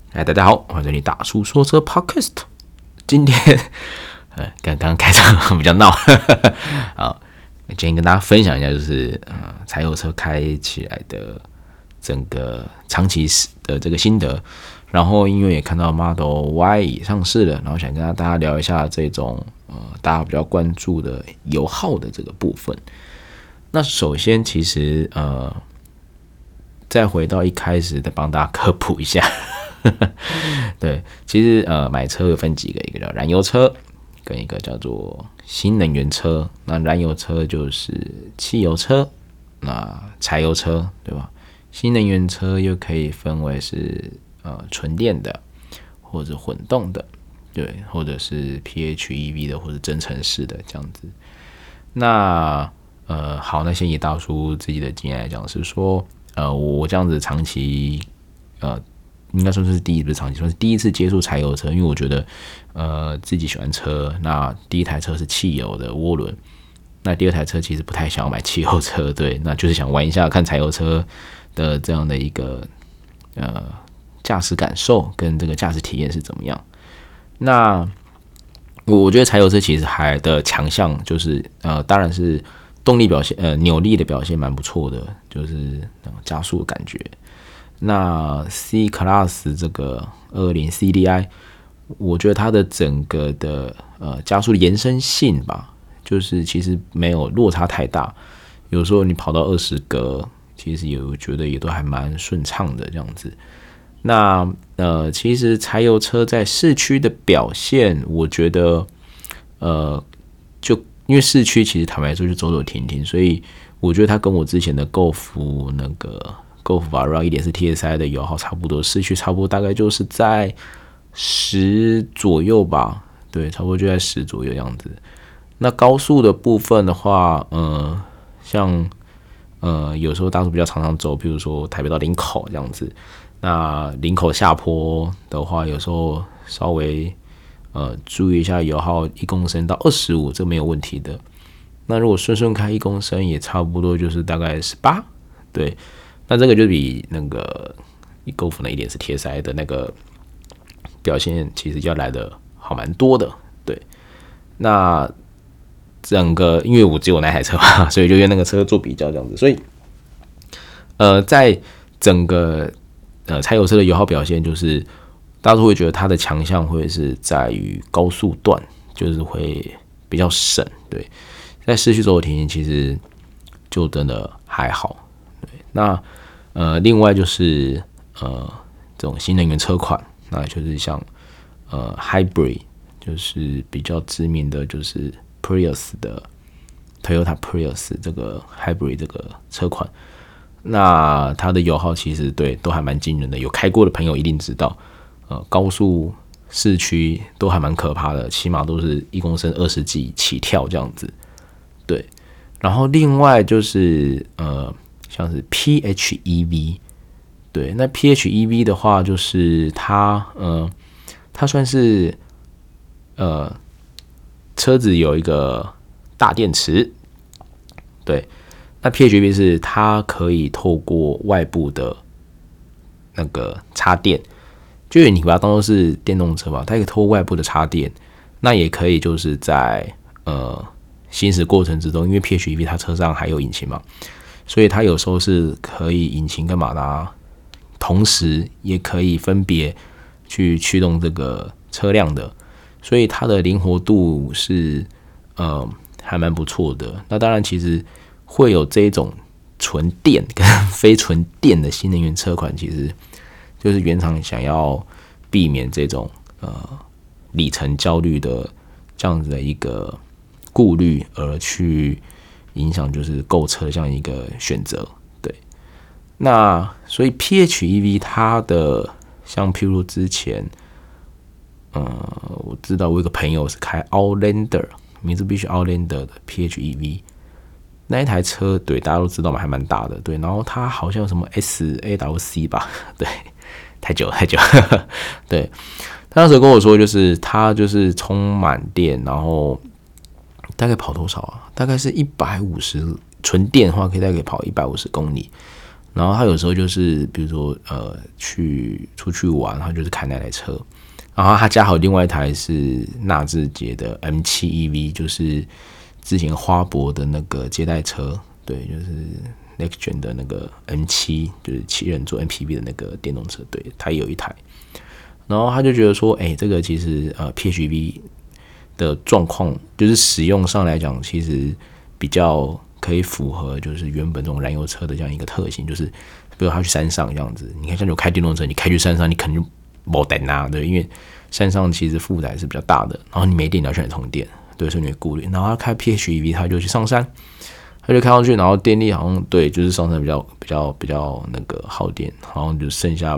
大家好，欢迎收听大叔说车 Podcast。今天，刚刚开场比较闹，好，今天跟大家分享一下，就是柴油车开起来的整个长期的这个心得。然后因为也看到 Model Y 也上市了，然后想跟大家聊一下这种大家比较关注的油耗的这个部分。那首先，其实再回到一开始，再帮大家科普一下。对，其实买车有分几个，一个叫燃油车，跟一个叫做新能源车。那燃油车就是汽油车，那柴油车，对吧？新能源车又可以分为是纯电的，或者混动的，对，或者是 PHEV 的，或者增程式的这样子。那好，那先以大叔自己的经验来讲，是说我这样子长期应该说是第一次接触柴油车，因为我觉得自己喜欢车。那第一台车是汽油的涡轮，那第二台车其实不太想要买汽油车，对，那就是想玩一下看柴油车的这样的一个驾驶感受跟这个驾驶体验是怎么样。那我觉得柴油车其实还的强项就是当然是动力表现，扭力的表现蛮不错的，就是那种加速的感觉。那 C Class 这个220 CDI， 我觉得它的整个的加速的延伸性吧，就是其实没有落差太大。有时候你跑到20格，其实我觉得也都还蛮顺畅的这样子。那其实柴油车在市区的表现，我觉得就因为市区其实坦白说就走走停停，所以我觉得它跟我之前的Golf 那个Golf Vario 1.4 TSI 的油耗差不多，市区差不多大概就是在10左右吧，对，差不多就在10左右这样子。那高速的部分的话，像有时候大叔比较常走，比如说台北到林口这样子。那林口下坡的话，有时候稍微注意一下油耗1公升到25，这没有问题的。那如果顺开1公升，也差不多就是大概18，对。那这个就比那个Golf 那1.4 TSI 的那个表现其实要来的好蛮多的，对。那整个因为我只有那台车嘛，所以就用那个车做比较这样子，所以在整个柴油车的油耗表现，就是大家都会觉得它的强项会是在于高速段，就是会比较省，对。在市区走走停停，其实就真的还好，对。那另外就是这种新能源车款，那就是像Hybrid， 就是比较知名的就是 Prius 的 Toyota Prius 这个 Hybrid 这个车款，那它的油耗其实对都还蛮惊人的，有开过的朋友一定知道，高速市区都还蛮可怕的，起码都是1公升20几起跳这样子，对。然后另外就是像是 PHEV， 对，那 PHEV 的话，就是它算是车子有一个大电池，对，那 PHEV 是它可以透过外部的那个插电，就是你把它当作是电动车嘛，它可以透过外部的插电，那也可以就是在行驶过程之中，因为 PHEV 它车上还有引擎嘛。所以它有时候是可以引擎跟马达同时也可以分别去驱动这个车辆的，所以它的灵活度是还蛮不错的。那当然其实会有这种纯电跟非纯电的新能源车款，其实就是原厂想要避免这种里程焦虑的这样子的一个顾虑而去影响就是购车的这样一个选择，对。那所以 PHEV 它的像譬如之前，我知道我有个朋友是开 Outlander， 名字必须 Outlander 的 PHEV， 那一台车对大家都知道嘛，还蛮大的，对。然后它好像有什么 SAWC 吧，对，太久，对。他那时候跟我说，就是他就是充满电，然后大概跑多少啊？大概是150，纯电的话可以大概跑150公里。 然后他有时候就是比如说出去玩，他就是开那台车。然后他家还有另外一台是纳智捷的 M7 EV， 就是之前花博的那个接待车，对，就是 Next Gen 的那个 M7， 就是7人座 MPV 的那个电动车，对，他也有一台。然后他就觉得说，这个其实PHEV 的状况，就是使用上来讲，其实比较可以符合就是原本这种燃油车的这样一个特性，就是比如他去山上这样子，你看像你开电动车，你开去山上，你肯定没电啊，对，因为山上其实负载是比较大的，然后你没电你要去哪充电，对，所以你会顾虑。然后他开 PHEV， 他就去上山，他就开上去，然后电力好像对，就是上山比较那个耗电，好像就剩下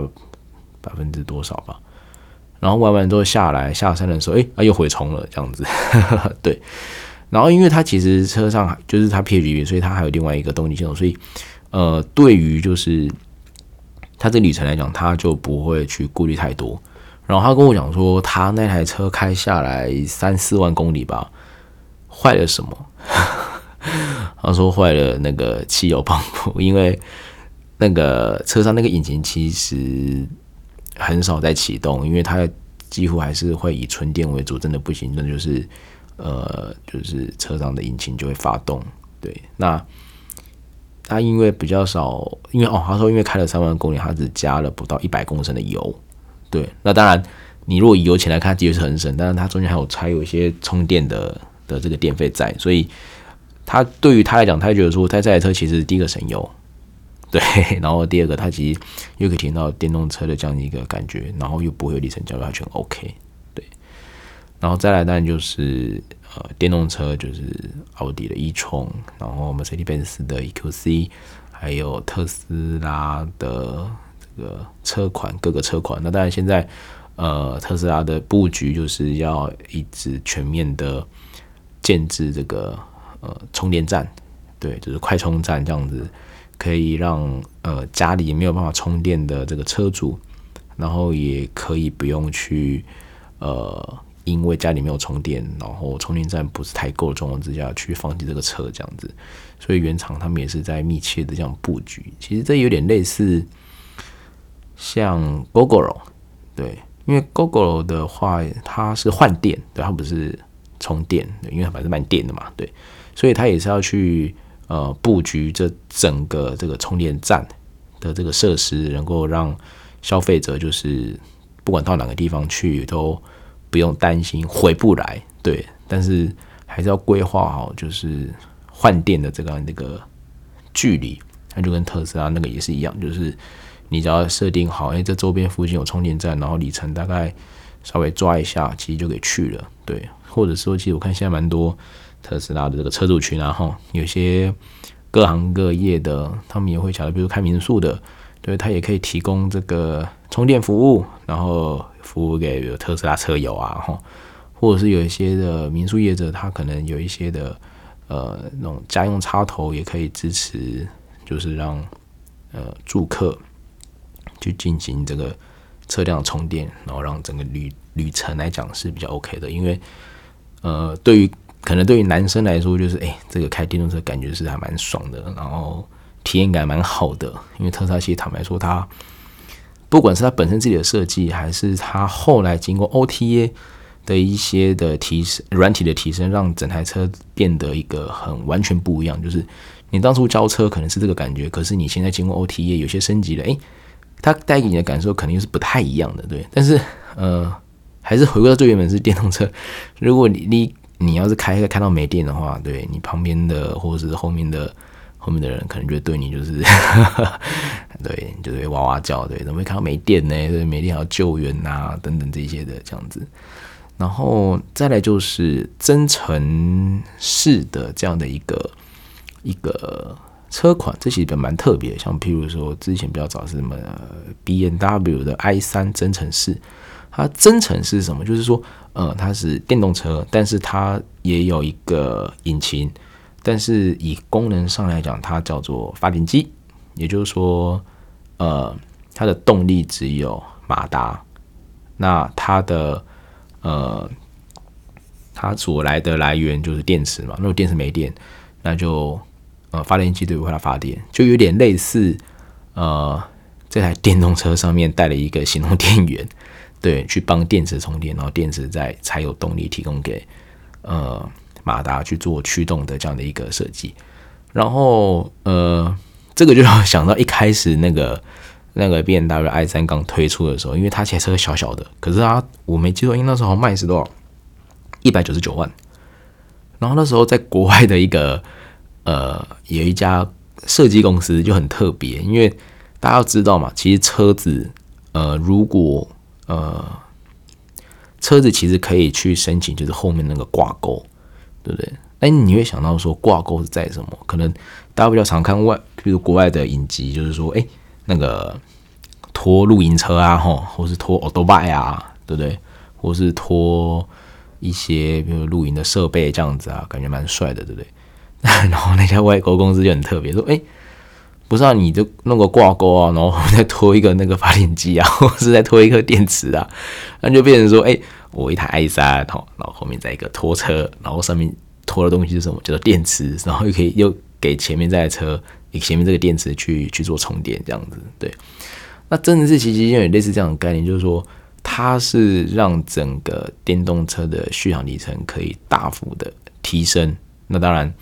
%多少吧。然后玩完之后下山的时候，又回充了这样子，对。然后因为它其实车上就是它 PHEV， 所以它还有另外一个动力系统，所以对于就是它这旅程来讲，他就不会去顾虑太多。然后他跟我讲说，他那台车开下来3-4万公里吧，坏了什么？他说坏了那个汽油泵浦，因为那个车上那个引擎其实很少在启动，因为它几乎还是会以纯电为主，真的不行，那就是车上的引擎就会发动。对，那他因为比较少，他说因为开了3万公里，他只加了不到100公升的油。对，那当然你如果以油钱来看，它的确是很省，但是它中间还有一些充电的这个电费在，所以他对于他来讲，他觉得说他这台车其实第一个省油。对，然后第二个，它其实又可以体验到电动车的这样一个感觉，然后又不会有里程焦虑，它全 OK。对，然后再来当然就是电动车，就是奥迪的e-tron，然后 Mercedes-Benz 的 EQC， 还有特斯拉的这个车款，各个车款。那当然现在特斯拉的布局就是要一直全面的建置这个充电站，对，就是快充站这样子。可以让家里没有办法充电的这个车主，然后也可以不用去因为家里没有充电，然后充电站不是太够的状况之下去放弃这个车这样子。所以原厂他们也是在密切的这样布局。其实这有点类似像 Gogoro， 对，因为 Gogoro 的话它是换电，对，它不是充电，对，因为它本来是卖电的嘛，对，所以它也是要去布局这整个这个充电站的这个设施，能够让消费者就是不管到哪个地方去都不用担心回不来，对，但是还是要规划好就是换电的这个距离，那就跟特斯拉那个也是一样，就是你只要设定好，这周边附近有充电站，然后里程大概稍微抓一下，其实就可以去了，对，或者说其实我看现在蛮多特斯拉的这个车主群啊，有些各行各业的，他们也会想到，比如开民宿的，对，他也可以提供这个充电服务，然后服务给有特斯拉车友啊，或者是有一些的民宿业者，他可能有一些的那种家用插头也可以支持，就是让住客去进行这个车辆充电，然后让整个旅程来讲是比较 OK 的，因为可能对于男生来说，就是这个开电动车感觉是还蛮爽的，然后体验感蛮好的。因为特斯拉其实坦白说，它不管是它本身自己的设计，还是它后来经过 OTA 的一些的提升，软体的提升，让整台车变得一个很完全不一样。就是你当初交车可能是这个感觉，可是你现在经过 OTA 有些升级了，它带给你的感受肯定是不太一样的，对。但是还是回归到最原本是电动车，如果你要是开到没电的话，对你旁边的或者是后面的人可能就会对你就是对，就会哇哇叫，对，怎么会看到没电呢？对，没电还要救援啊，等等这些的这样子。然后再来就是增程式的这样的一个车款，这其实蛮特别的，像譬如说之前比较早是什么BMW 的 i3 增程式。它增程是什么？就是说，它是电动车，但是它也有一个引擎，但是以功能上来讲，它叫做发电机，也就是说，它的动力只有马达，那它所来的来源就是电池嘛。如果电池没电，那就发电机对不会它发电，就有点类似这台电动车上面带了一个行动电源，对，去帮电池充电，然后电池才有动力提供给马达去做驱动的这样的一个设计。然后这个就让我想到一开始那个 BMW i3 刚推出的时候，因为它其实车小小的，可是我没记错，因为那时候好像卖是多少，199万。然后那时候在国外的一个有一家设计公司就很特别，因为大家要知道嘛，其实车子如果车子其实可以去申请，就是后面那个挂钩，对不对？那你会想到说挂钩是在什么？可能大家比较常看比如国外的影集，就是说，那个拖露营车啊，或是拖 Autobike 啊，对不对？或是拖一些比如露营的设备这样子啊，感觉蛮帅的，对不对？然后那家外国公司就很特别，说，不是你就弄个挂钩啊，然后再拖一个那个发电机啊，或是再拖一颗电池啊，那就变成说，我一台 i3，然后后面再一个拖车，然后上面拖的东西是什么？叫做电池，然后又给前面这台车，前面这个电池去做充电，这样子，对。那真的是其实有点类似这样的概念，就是说它是让整个电动车的续航里程可以大幅的提升。那当然，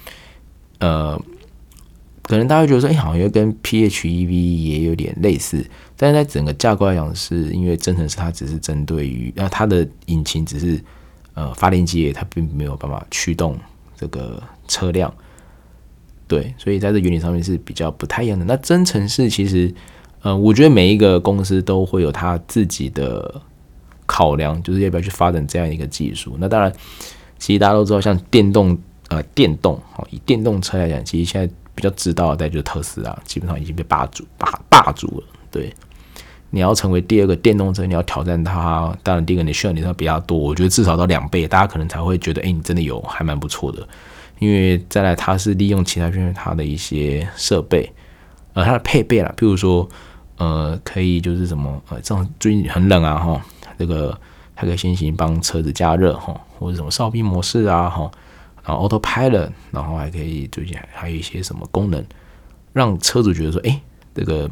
可能大家会觉得说，好像又跟 PHEV 也有点类似，但是在整个架构来讲，是因为增程式它只是针对于，它的引擎只是发电机，它并没有办法驱动这个车辆，对，所以在这原理上面是比较不太一样的。那增程式其实，我觉得每一个公司都会有它自己的考量，就是要不要去发展这样一个技术。那当然，其实大家都知道，像电动以电动车来讲，其实现在比较知道的就是特斯拉，基本上已经被霸主了。对，你要成为第二个电动车，你要挑战它，当然第一个你需要你比较多，我觉得至少到2倍，大家可能才会觉得，你真的有还蛮不错的。因为再来，它是利用其他它的一些设备，它的配备啦，譬如说，可以就是什么，这种最近很冷啊，这个它可以先行帮车子加热或者什么哨兵模式啊，然后 Autopilot， 然后还可以最近还有一些什么功能，让车主觉得说，这个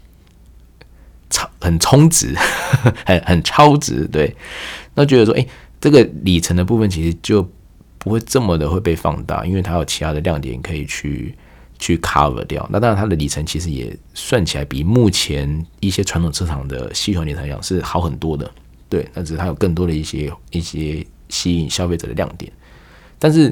很充值，很超值，对，那觉得说，这个里程的部分其实就不会这么的会被放大，因为它有其他的亮点可以去 cover 掉。那当然，它的里程其实也算起来比目前一些传统车厂的系统里程来讲是好很多的，对，那只是它有更多的一些吸引消费者的亮点。但是，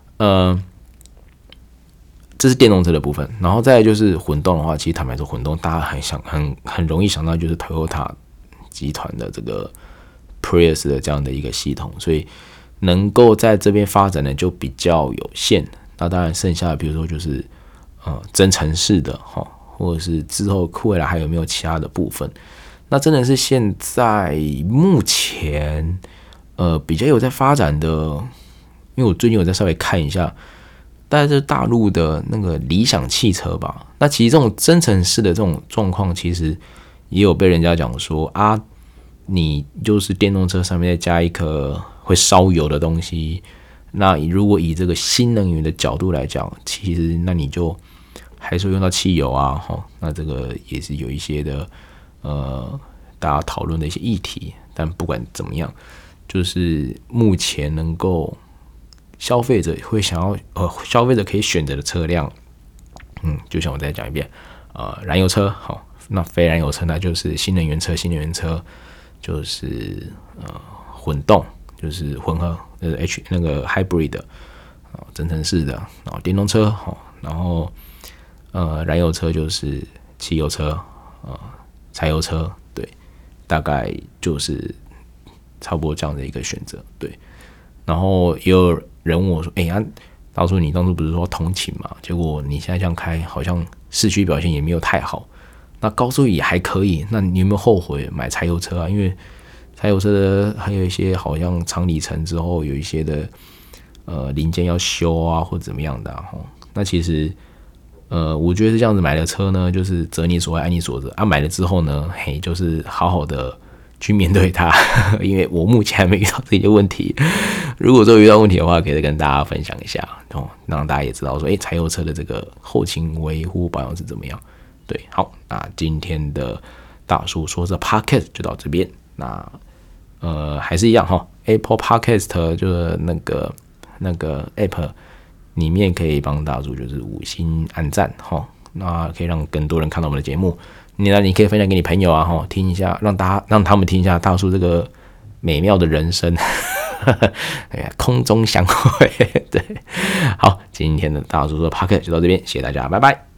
这是电动车的部分，然后再来就是混动的话，其实坦白说，混动大家很容易想到就是 Toyota 集团的这个 Prius 的这样的一个系统，所以能够在这边发展的就比较有限。那当然，剩下的比如说就是增程式的或者是之后未来还有没有其他的部分？那真的是现在目前比较有在发展的，因为我最近有在稍微看一下。大概是大陆的那个理想汽车吧。那其实这种增程式的这种状况，其实也有被人家讲说你就是电动车上面再加一颗会烧油的东西。那如果以这个新能源的角度来讲，其实那你就还是会用到汽油啊。那这个也是有一些的大家讨论的一些议题。但不管怎么样，就是目前能够。消费者会想要消费者可以选择的车辆，就像我再讲一遍，燃油车好，那非燃油车那就是新能源车，新能源车就是混动，就是混合那个 hybrid 的增程式的，然后电动车然后燃油车就是汽油车柴油车，对，大概就是差不多这样的一个选择，对，然后也有人问我说：“当初你不是说通勤嘛？结果你现在这样开，好像市区表现也没有太好。那高速也还可以，那你有没有后悔买柴油车啊？因为柴油车的还有一些好像长里程之后有一些的零件要修啊，或者怎么样的那其实我觉得是这样子买的车呢，就是择你所爱，爱你所择买了之后呢，就是好好的。”去面对它，因为我目前还没遇到这些问题。如果说遇到问题的话，可以再跟大家分享一下让大家也知道说，柴油车的这个后勤维护保养是怎么样。 对，好，那今天的大叔说这 Podcast 就到这边。那还是一样哈 ，Apple Podcast 就是那个 App 里面可以帮大叔就是5星按赞哈，那可以让更多人看到我们的节目。你可以分享给你朋友啊哈，听一下，让他们听一下大叔这个美妙的人生。空中相会，对，好，今天的大叔说 Podcast 就到这边，谢谢大家，拜拜。